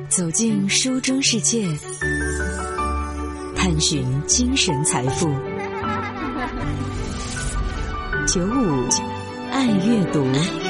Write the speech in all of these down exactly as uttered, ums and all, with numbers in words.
走进书中世界，探寻精神财富。九五爱阅读。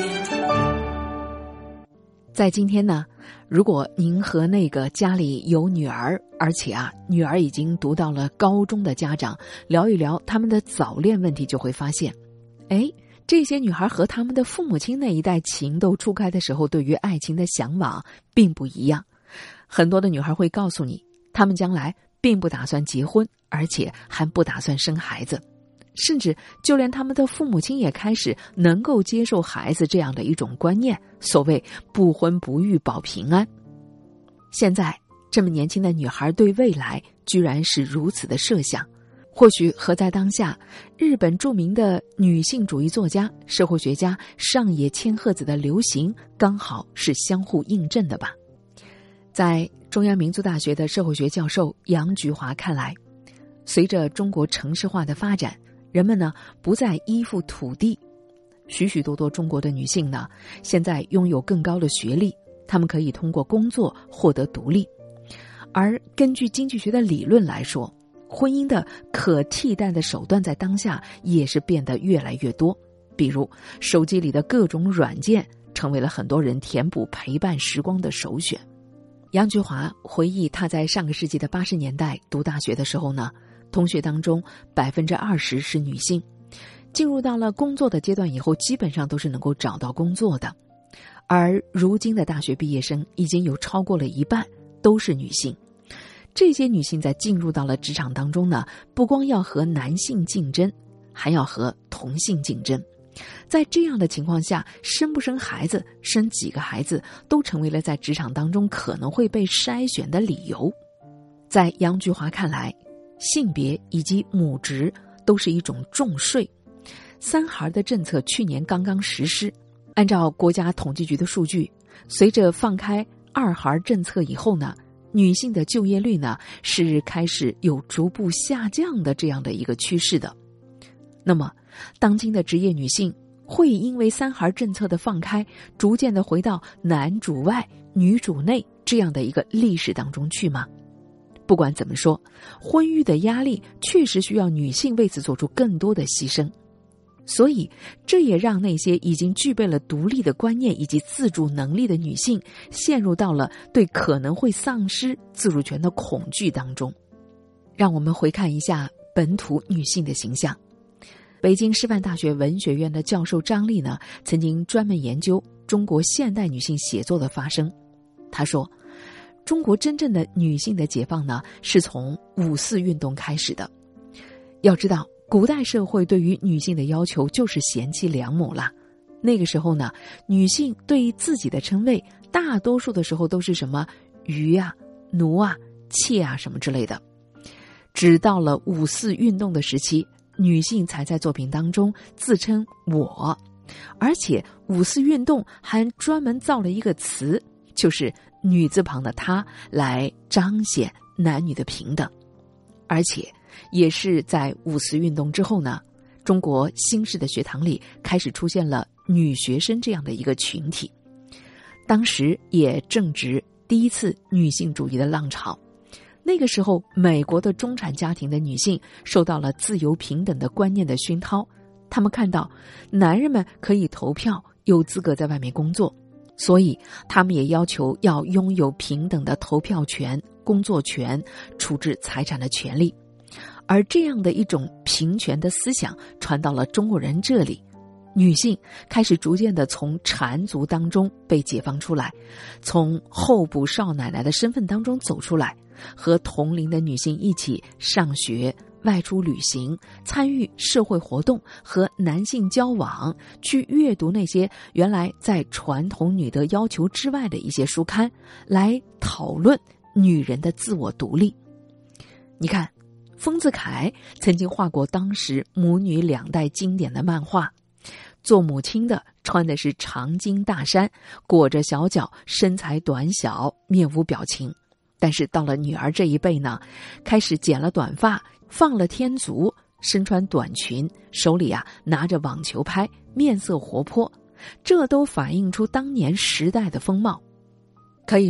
在今天呢，如果您和那个家里有女儿，而且啊，女儿已经读到了高中的家长聊一聊他们的早恋问题，就会发现，哎，这些女孩和他们的父母亲那一代情窦初开的时候，对于爱情的向往并不一样。很多的女孩会告诉你，她们将来并不打算结婚，而且还不打算生孩子，甚至就连他们的父母亲也开始能够接受孩子这样的一种观念，所谓不婚不育保平安。现在这么年轻的女孩对未来居然是如此的设想，或许和在当下日本著名的女性主义作家、社会学家上野千鹤子的流行刚好是相互印证的吧。在中央民族大学的社会学教授杨菊华看来，随着中国城市化的发展，人们呢不再依附土地，许许多多中国的女性呢现在拥有更高的学历，她们可以通过工作获得独立。而根据经济学的理论来说，婚姻的可替代的手段在当下也是变得越来越多，比如手机里的各种软件成为了很多人填补陪伴时光的首选。杨菊华回忆，他在上个世纪的八十年代读大学的时候呢，同学当中百分之二十是女性，进入到了工作的阶段以后，基本上都是能够找到工作的。而如今的大学毕业生已经有超过了一半都是女性。这些女性在进入到了职场当中呢，不光要和男性竞争，还要和同性竞争。在这样的情况下，生不生孩子，生几个孩子，都成为了在职场当中可能会被筛选的理由。在杨菊华看来，性别以及母职都是一种重税。三孩的政策去年刚刚实施，按照国家统计局的数据，随着放开二孩政策以后呢，女性的就业率呢是开始有逐步下降的这样的一个趋势的。那么当今的职业女性会因为三孩政策的放开，逐渐的回到男主外女主内这样的一个历史当中去吗？不管怎么说，婚育的压力确实需要女性为此做出更多的牺牲，所以这也让那些已经具备了独立的观念以及自主能力的女性陷入到了对可能会丧失自主权的恐惧当中。让我们回看一下本土女性的形象。北京师范大学文学院的教授张丽呢，曾经专门研究中国现代女性写作的发生。他说，中国真正的女性的解放呢，是从五四运动开始的。要知道，古代社会对于女性的要求就是贤妻良母啦。那个时候呢，女性对于自己的称谓，大多数的时候都是什么余啊、奴啊、妾啊什么之类的。直到了五四运动的时期，女性才在作品当中自称我，而且五四运动还专门造了一个词，就是女字旁的她，来彰显男女的平等。而且也是在五四运动之后呢，中国新式的学堂里开始出现了女学生这样的一个群体。当时也正值第一次女性主义的浪潮，那个时候美国的中产家庭的女性受到了自由平等的观念的熏陶，她们看到男人们可以投票，有资格在外面工作，所以他们也要求要拥有平等的投票权、工作权、处置财产的权利。而这样的一种平权的思想传到了中国人这里，女性开始逐渐的从缠足当中被解放出来，从候补少奶奶的身份当中走出来，和同龄的女性一起上学、外出旅行、参与社会活动，和男性交往，去阅读那些原来在传统女德要求之外的一些书刊，来讨论女人的自我独立。你看，丰子恺曾经画过当时母女两代经典的漫画，做母亲的穿的是长襟大衫，裹着小脚，身材短小，面无表情。但是到了女儿这一辈呢，开始剪了短发，放了天足，身穿短裙，手里啊拿着网球拍，面色活泼，这都反映出当年时代的风貌。可以说，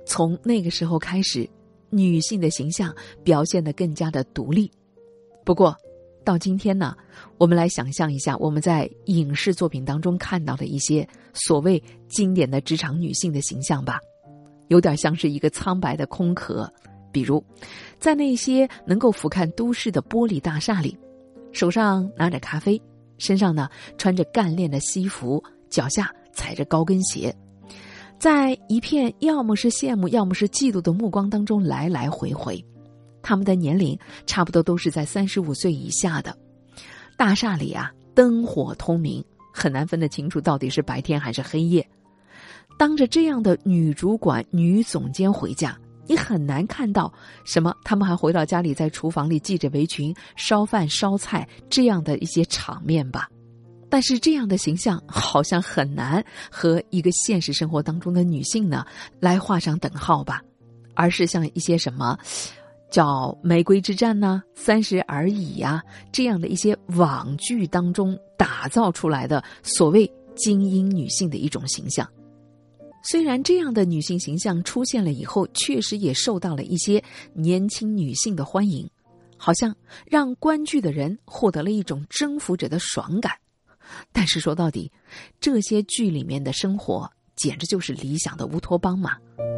从那个时候开始，女性的形象表现得更加的独立。不过到今天呢，我们来想象一下我们在影视作品当中看到的一些所谓经典的职场女性的形象吧，有点像是一个苍白的空壳。比如在那些能够俯瞰都市的玻璃大厦里，手上拿着咖啡，身上呢穿着干练的西服，脚下踩着高跟鞋，在一片要么是羡慕要么是嫉妒的目光当中来来回回。他们的年龄差不多都是在三十五岁以下的。大厦里啊，灯火通明，很难分得清楚到底是白天还是黑夜。当着这样的女主管、女总监回家，你很难看到什么他们还回到家里在厨房里系着围裙烧饭烧菜这样的一些场面吧。但是这样的形象好像很难和一个现实生活当中的女性呢来画上等号吧，而是像一些什么叫玫瑰之战呢、三十而已呀、啊、这样的一些网剧当中打造出来的所谓精英女性的一种形象。虽然这样的女性形象出现了以后，确实也受到了一些年轻女性的欢迎，好像让观剧的人获得了一种征服者的爽感。但是说到底，这些剧里面的生活简直就是理想的乌托邦嘛。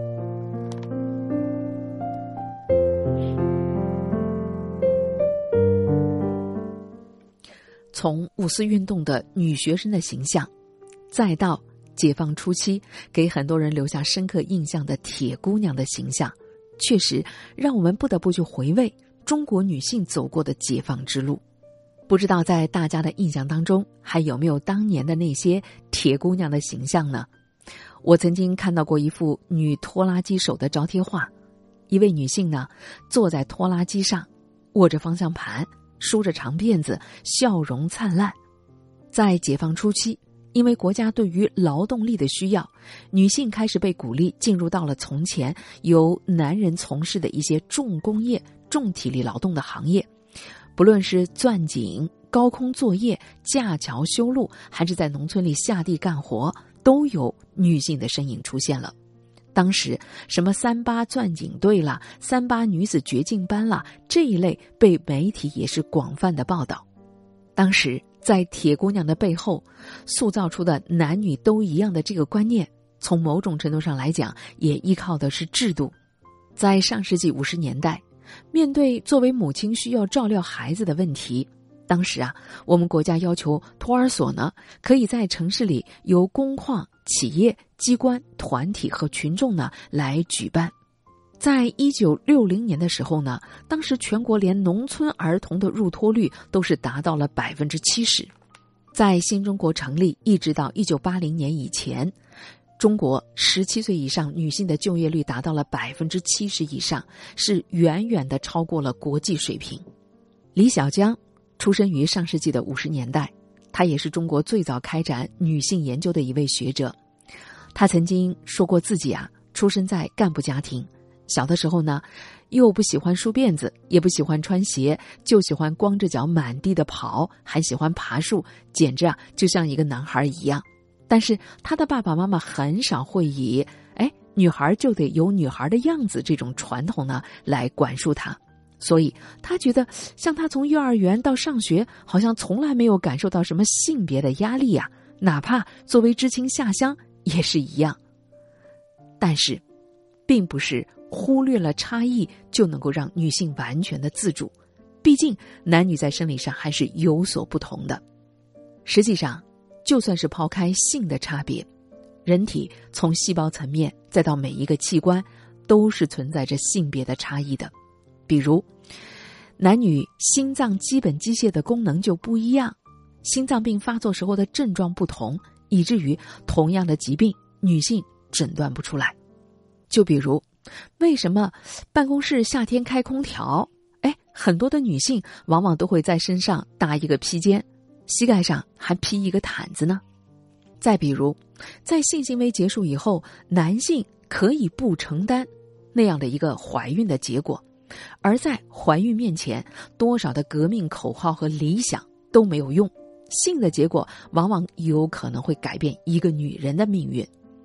从五四运动的女学生的形象，再到解放初期给很多人留下深刻印象的铁姑娘的形象，确实让我们不得不去回味中国女性走过的解放之路。不知道在大家的印象当中，还有没有当年的那些铁姑娘的形象呢？我曾经看到过一幅女拖拉机手的招贴画，一位女性呢坐在拖拉机上，握着方向盘，梳着长辫子，笑容灿烂。在解放初期，因为国家对于劳动力的需要，女性开始被鼓励进入到了从前由男人从事的一些重工业、重体力劳动的行业，不论是钻井、高空作业、架桥修路，还是在农村里下地干活，都有女性的身影出现了。当时什么三八钻井队啦、三八女子掘进班啦，这一类被媒体也是广泛的报道。当时在铁姑娘的背后塑造出的男女都一样的这个观念，从某种程度上来讲也依靠的是制度。在上世纪五十年代，面对作为母亲需要照料孩子的问题，当时啊，我们国家要求托儿所呢，可以在城市里由工矿、企业、机关、团体和群众呢来举办。在一九六零年的时候呢，当时全国连农村儿童的入托率都是达到了百分之七十。在新中国成立一直到一九八零年以前，中国十七岁以上女性的就业率达到了百分之七十以上，是远远的超过了国际水平。李小江出生于上世纪的五十年代，她也是中国最早开展女性研究的一位学者。她曾经说过自己啊，出生在干部家庭，小的时候呢，又不喜欢梳辫子，也不喜欢穿鞋，就喜欢光着脚满地的跑，还喜欢爬树，简直啊就像一个男孩一样。但是他的爸爸妈妈很少会以哎，女孩就得有女孩的样子这种传统呢来管束他，所以他觉得像他从幼儿园到上学，好像从来没有感受到什么性别的压力啊，哪怕作为知青下乡也是一样。但是并不是忽略了差异就能够让女性完全的自主，毕竟男女在生理上还是有所不同的。实际上就算是抛开性的差别，人体从细胞层面再到每一个器官都是存在着性别的差异的。比如男女心脏基本机械的功能就不一样，心脏病发作时候的症状不同，以至于同样的疾病女性诊断不出来。就比如为什么办公室夏天开空调，哎，很多的女性往往都会在身上搭一个披肩，膝盖上还披一个毯子呢？再比如在性行为结束以后，男性可以不承担那样的一个怀孕的结果，而在怀孕面前，多少的革命口号和理想都没有用，性的结果往往有可能会改变一个女人的命运。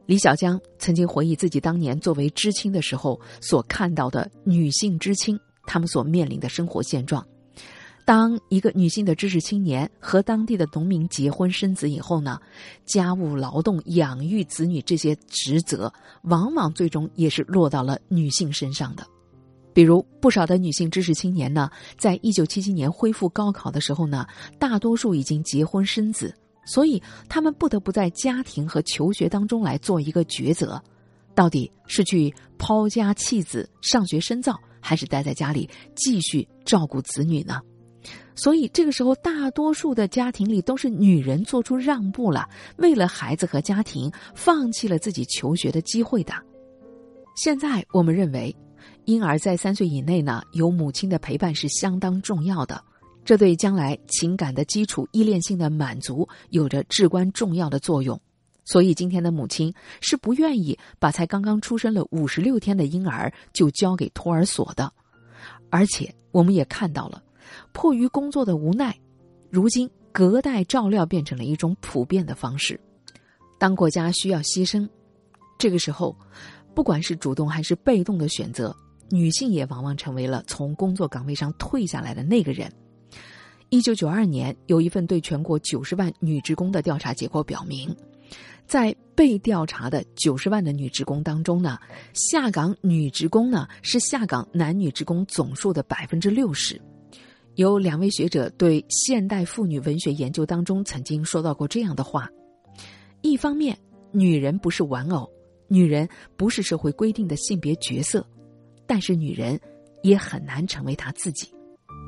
李小江曾经回忆自己当年作为知青的时候所看到的女性知青他们所面临的生活现状。当一个女性的知识青年和当地的农民结婚生子以后呢，家务劳动、养育子女这些职责往往最终也是落到了女性身上的。比如不少的女性知识青年呢，在一九七七年恢复高考的时候呢，大多数已经结婚生子，所以他们不得不在家庭和求学当中来做一个抉择，到底是去抛家弃子上学深造，还是待在家里继续照顾子女呢？所以这个时候大多数的家庭里都是女人做出让步了，为了孩子和家庭放弃了自己求学的机会的。现在我们认为婴儿在三岁以内呢，有母亲的陪伴是相当重要的，这对将来情感的基础依恋性的满足有着至关重要的作用。所以今天的母亲是不愿意把才刚刚出生了五十六天的婴儿就交给托儿所的。而且我们也看到了，迫于工作的无奈，如今隔代照料变成了一种普遍的方式。当国家需要牺牲，这个时候不管是主动还是被动的选择，女性也往往成为了从工作岗位上退下来的那个人。一九九二年有一份对全国九十万女职工的调查结果表明，在被调查的九十万的女职工当中呢，下岗女职工呢是下岗男女职工总数的 百分之六十。有两位学者对现代妇女文学研究当中曾经说到过这样的话：一方面，女人不是玩偶，女人不是社会规定的性别角色，但是女人也很难成为她自己。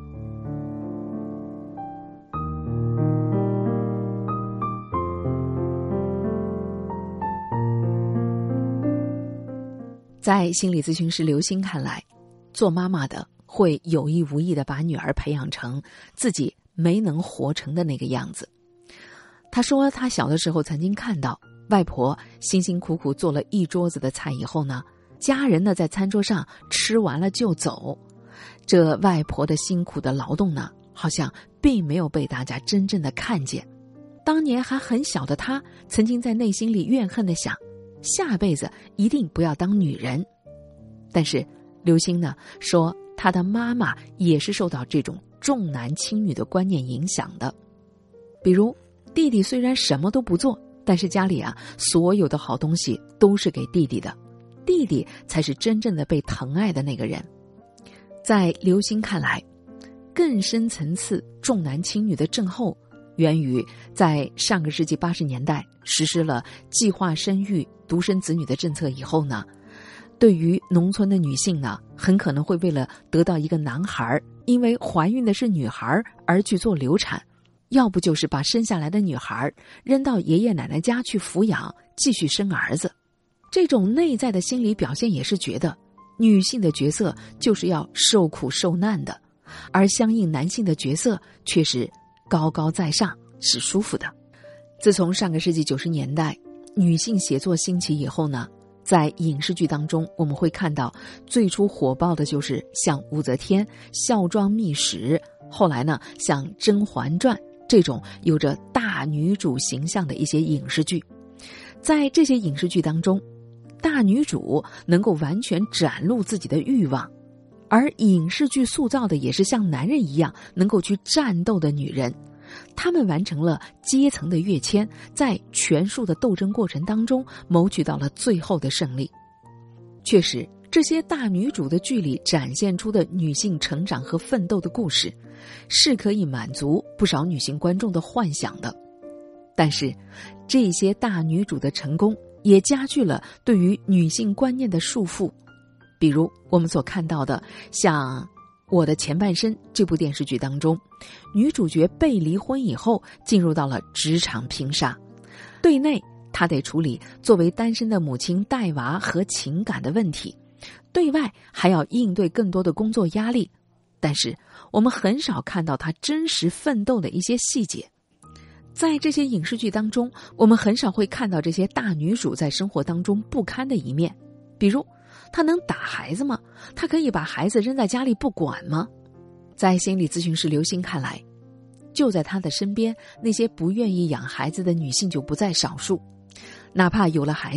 在心理咨询师刘星看来，做妈妈的会有意无意地把女儿培养成自己没能活成的那个样子。他说他小的时候曾经看到外婆辛辛苦苦做了一桌子的菜以后呢，家人呢在餐桌上吃完了就走，这外婆的辛苦的劳动呢，好像并没有被大家真正的看见。当年还很小的她曾经在内心里怨恨地想，下辈子一定不要当女人。但是刘星呢说，她的妈妈也是受到这种重男轻女的观念影响的。比如弟弟虽然什么都不做，但是家里啊所有的好东西都是给弟弟的，弟弟才是真正的被疼爱的那个人。在刘星看来，更深层次重男轻女的症候源于在上个世纪八十年代实施了计划生育独生子女的政策以后呢，对于农村的女性呢，很可能会为了得到一个男孩，因为怀孕的是女孩而去做流产，要不就是把生下来的女孩扔到爷爷奶奶家去抚养，继续生儿子。这种内在的心理表现也是觉得女性的角色就是要受苦受难的，而相应男性的角色却是高高在上，是舒服的。自从上个世纪九十年代女性写作兴起以后呢，在影视剧当中我们会看到最初火爆的就是像武则天、孝庄秘史，后来呢像《甄嬛传》这种有着大女主形象的一些影视剧。在这些影视剧当中，大女主能够完全展露自己的欲望，而影视剧塑造的也是像男人一样能够去战斗的女人。他们完成了阶层的跃迁，在权术的斗争过程当中谋取到了最后的胜利。确实，这些大女主的剧里展现出的女性成长和奋斗的故事，是可以满足不少女性观众的幻想的。但是，这些大女主的成功也加剧了对于女性观念的束缚。比如我们所看到的像我的前半生这部电视剧当中，女主角被离婚以后进入到了职场拼杀，对内她得处理作为单身的母亲带娃和情感的问题，对外还要应对更多的工作压力，但是我们很少看到她真实奋斗的一些细节。在这些影视剧当中，我们很少会看到这些大女主在生活当中不堪的一面。比如她能打孩子吗？她可以把孩子扔在家里不管吗？在心理咨询师刘星看来，就在她的身边，那些不愿意养孩子的女性就不在少数。哪怕有了孩子，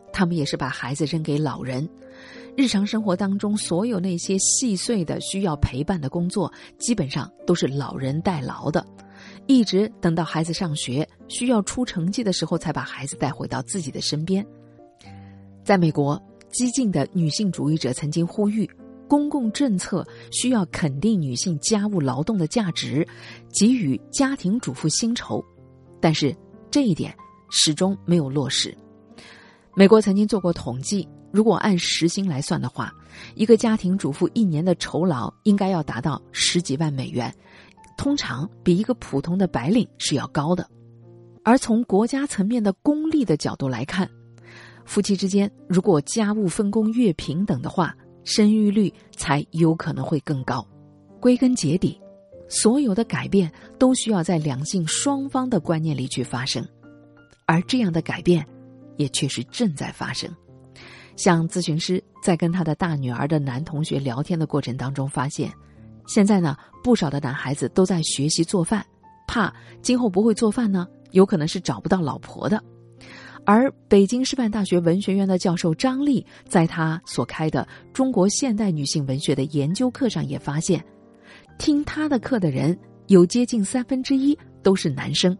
他们也是把孩子扔给老人。日常生活当中，所有那些细碎的需要陪伴的工作，基本上都是老人代劳的，一直等到孩子上学需要出成绩的时候，才把孩子带回到自己的身边。在美国，激进的女性主义者曾经呼吁，公共政策需要肯定女性家务劳动的价值，给予家庭主妇薪酬，但是这一点始终没有落实。美国曾经做过统计，如果按时薪来算的话，一个家庭主妇一年的酬劳应该要达到十几万美元，通常比一个普通的白领是要高的。而从国家层面的公利的角度来看，夫妻之间如果家务分工越平等的话，生育率才有可能会更高。归根结底，所有的改变都需要在两性双方的观念里去发生，而这样的改变也确实正在发生。像咨询师在跟他的大女儿的男同学聊天的过程当中发现，现在呢，不少的男孩子都在学习做饭，怕今后不会做饭呢，有可能是找不到老婆的。而北京师范大学文学院的教授张丽，在他所开的中国现代女性文学的研究课上也发现，听他的课的人有接近三分之一都是男生。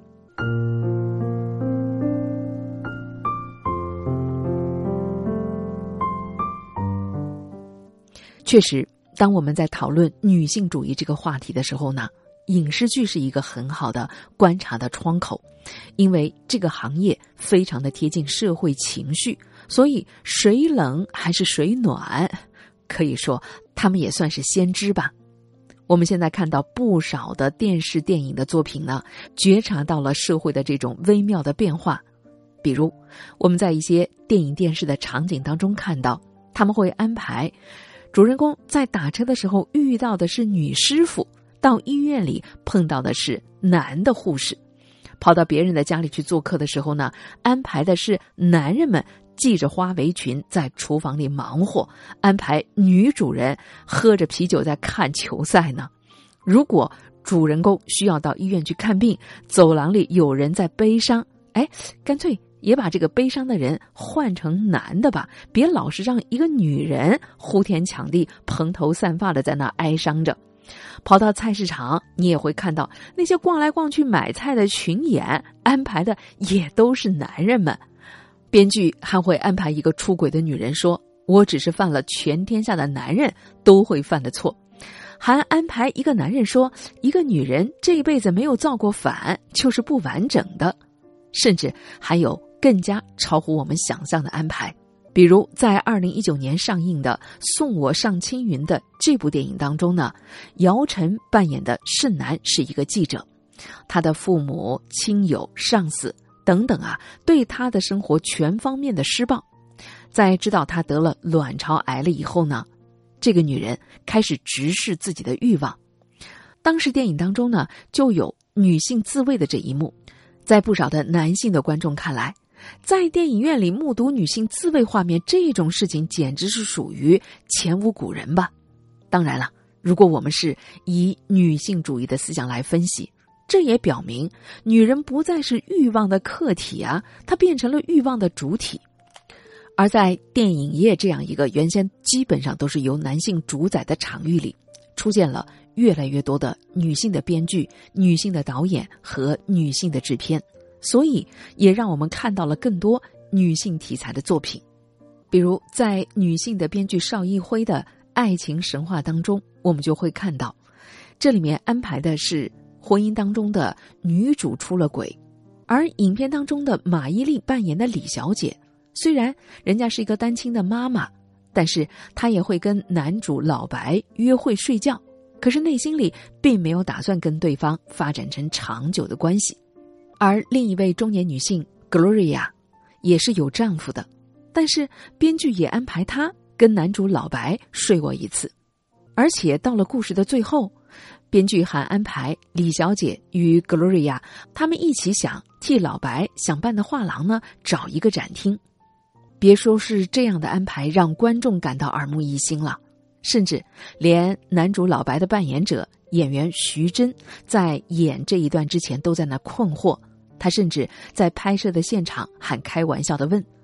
确实，当我们在讨论女性主义这个话题的时候呢，影视剧是一个很好的观察的窗口，因为这个行业非常的贴近社会情绪，所以谁冷还是谁暖，可以说他们也算是先知吧。我们现在看到不少的电视电影的作品呢，觉察到了社会的这种微妙的变化。比如我们在一些电影电视的场景当中看到，他们会安排主人公在打车的时候遇到的是女师傅，到医院里碰到的是男的护士，跑到别人的家里去做客的时候呢，安排的是男人们系着花围裙在厨房里忙活，安排女主人喝着啤酒在看球赛呢。如果主人公需要到医院去看病，走廊里有人在悲伤，哎，干脆也把这个悲伤的人换成男的吧，别老是让一个女人呼天抢地蓬头散发的在那哀伤着。跑到菜市场，你也会看到那些逛来逛去买菜的群演，安排的也都是男人们。编剧还会安排一个出轨的女人说，我只是犯了全天下的男人都会犯的错，还安排一个男人说，一个女人这辈子没有造过反就是不完整的。甚至还有更加超乎我们想象的安排，比如在二零一九年上映的《送我上青云》的这部电影当中呢，姚晨扮演的盛楠是一个记者，他的父母、亲友、上司等等啊，对他的生活全方面的施暴。在知道他得了卵巢癌了以后呢，这个女人开始直视自己的欲望。当时电影当中呢，就有女性自慰的这一幕。在不少的男性的观众看来，在电影院里目睹女性自慰画面这种事情简直是属于前无古人吧。当然了，如果我们是以女性主义的思想来分析，这也表明女人不再是欲望的客体啊，她变成了欲望的主体。而在电影业这样一个原先基本上都是由男性主宰的场域里，出现了越来越多的女性的编剧、女性的导演和女性的制片，所以也让我们看到了更多女性题材的作品。比如在女性的编剧邵艺辉的《爱情神话》当中，我们就会看到，这里面安排的是婚姻当中的女主出了轨，而影片当中的马伊琍扮演的李小姐，虽然人家是一个单亲的妈妈，但是她也会跟男主老白约会睡觉，可是内心里并没有打算跟对方发展成长久的关系。而另一位中年女性 Gloria 也是有丈夫的，但是编剧也安排她跟男主老白睡过一次。而且到了故事的最后，编剧还安排李小姐与 Gloria 他们一起想替老白想办的画廊呢找一个展厅。别说是这样的安排让观众感到耳目一新了，甚至连男主老白的扮演者演员徐峥在演这一段之前都在那困惑，他甚至在拍摄的现场还开玩笑地问，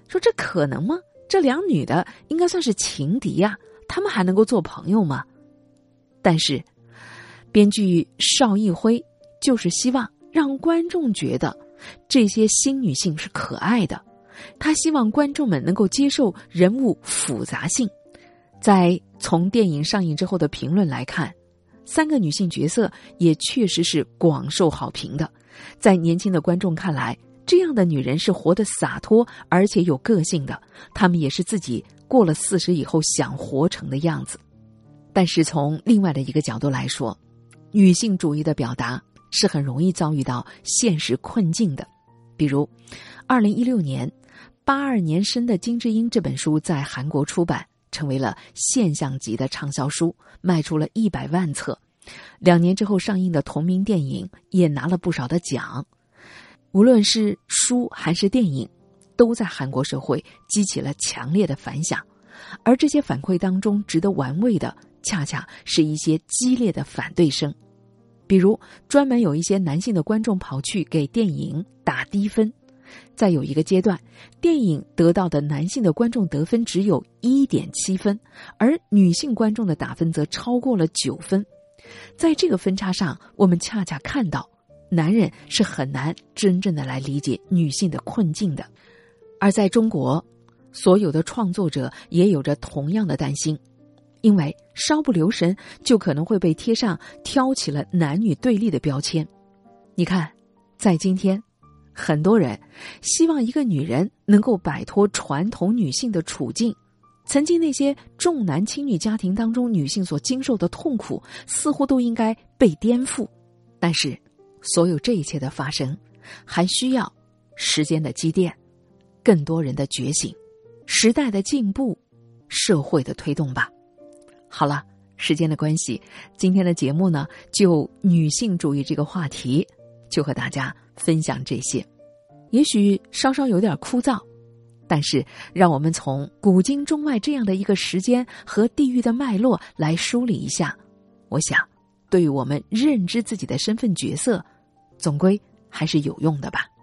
说这可能吗？这两女的应该算是情敌呀、啊，她们还能够做朋友吗？但是编剧邵艺辉就是希望让观众觉得这些新女性是可爱的，他希望观众们能够接受人物复杂性。在从电影上映之后的评论来看，三个女性角色也确实是广受好评的。在年轻的观众看来，这样的女人是活得洒脱而且有个性的，她们也是自己过了四十以后想活成的样子。但是从另外的一个角度来说，女性主义的表达是很容易遭遇到现实困境的。比如二零一六年八二年生的金智英这本书在韩国出版，成为了现象级的畅销书，卖出了一百万册。两年之后上映的同名电影也拿了不少的奖。无论是书还是电影，都在韩国社会激起了强烈的反响。而这些反馈当中值得玩味的，恰恰是一些激烈的反对声。比如专门有一些男性的观众跑去给电影打低分，在有一个阶段，电影得到的男性的观众得分只有 一点七 分，而女性观众的打分则超过了九分。在这个分差上，我们恰恰看到男人是很难真正的来理解女性的困境的。而在中国，所有的创作者也有着同样的担心，因为稍不留神就可能会被贴上挑起了男女对立的标签。你看，在今天，很多人希望一个女人能够摆脱传统女性的处境，曾经那些重男轻女家庭当中女性所经受的痛苦似乎都应该被颠覆。但是所有这一切的发生，还需要时间的积淀，更多人的觉醒，时代的进步，社会的推动吧。好了，时间的关系，今天的节目呢，就女性主义这个话题，就和大家分享这些。也许稍稍有点枯燥，但是让我们从古今中外这样的一个时间和地域的脉络来梳理一下，我想对于我们认知自己的身份角色，总归还是有用的吧。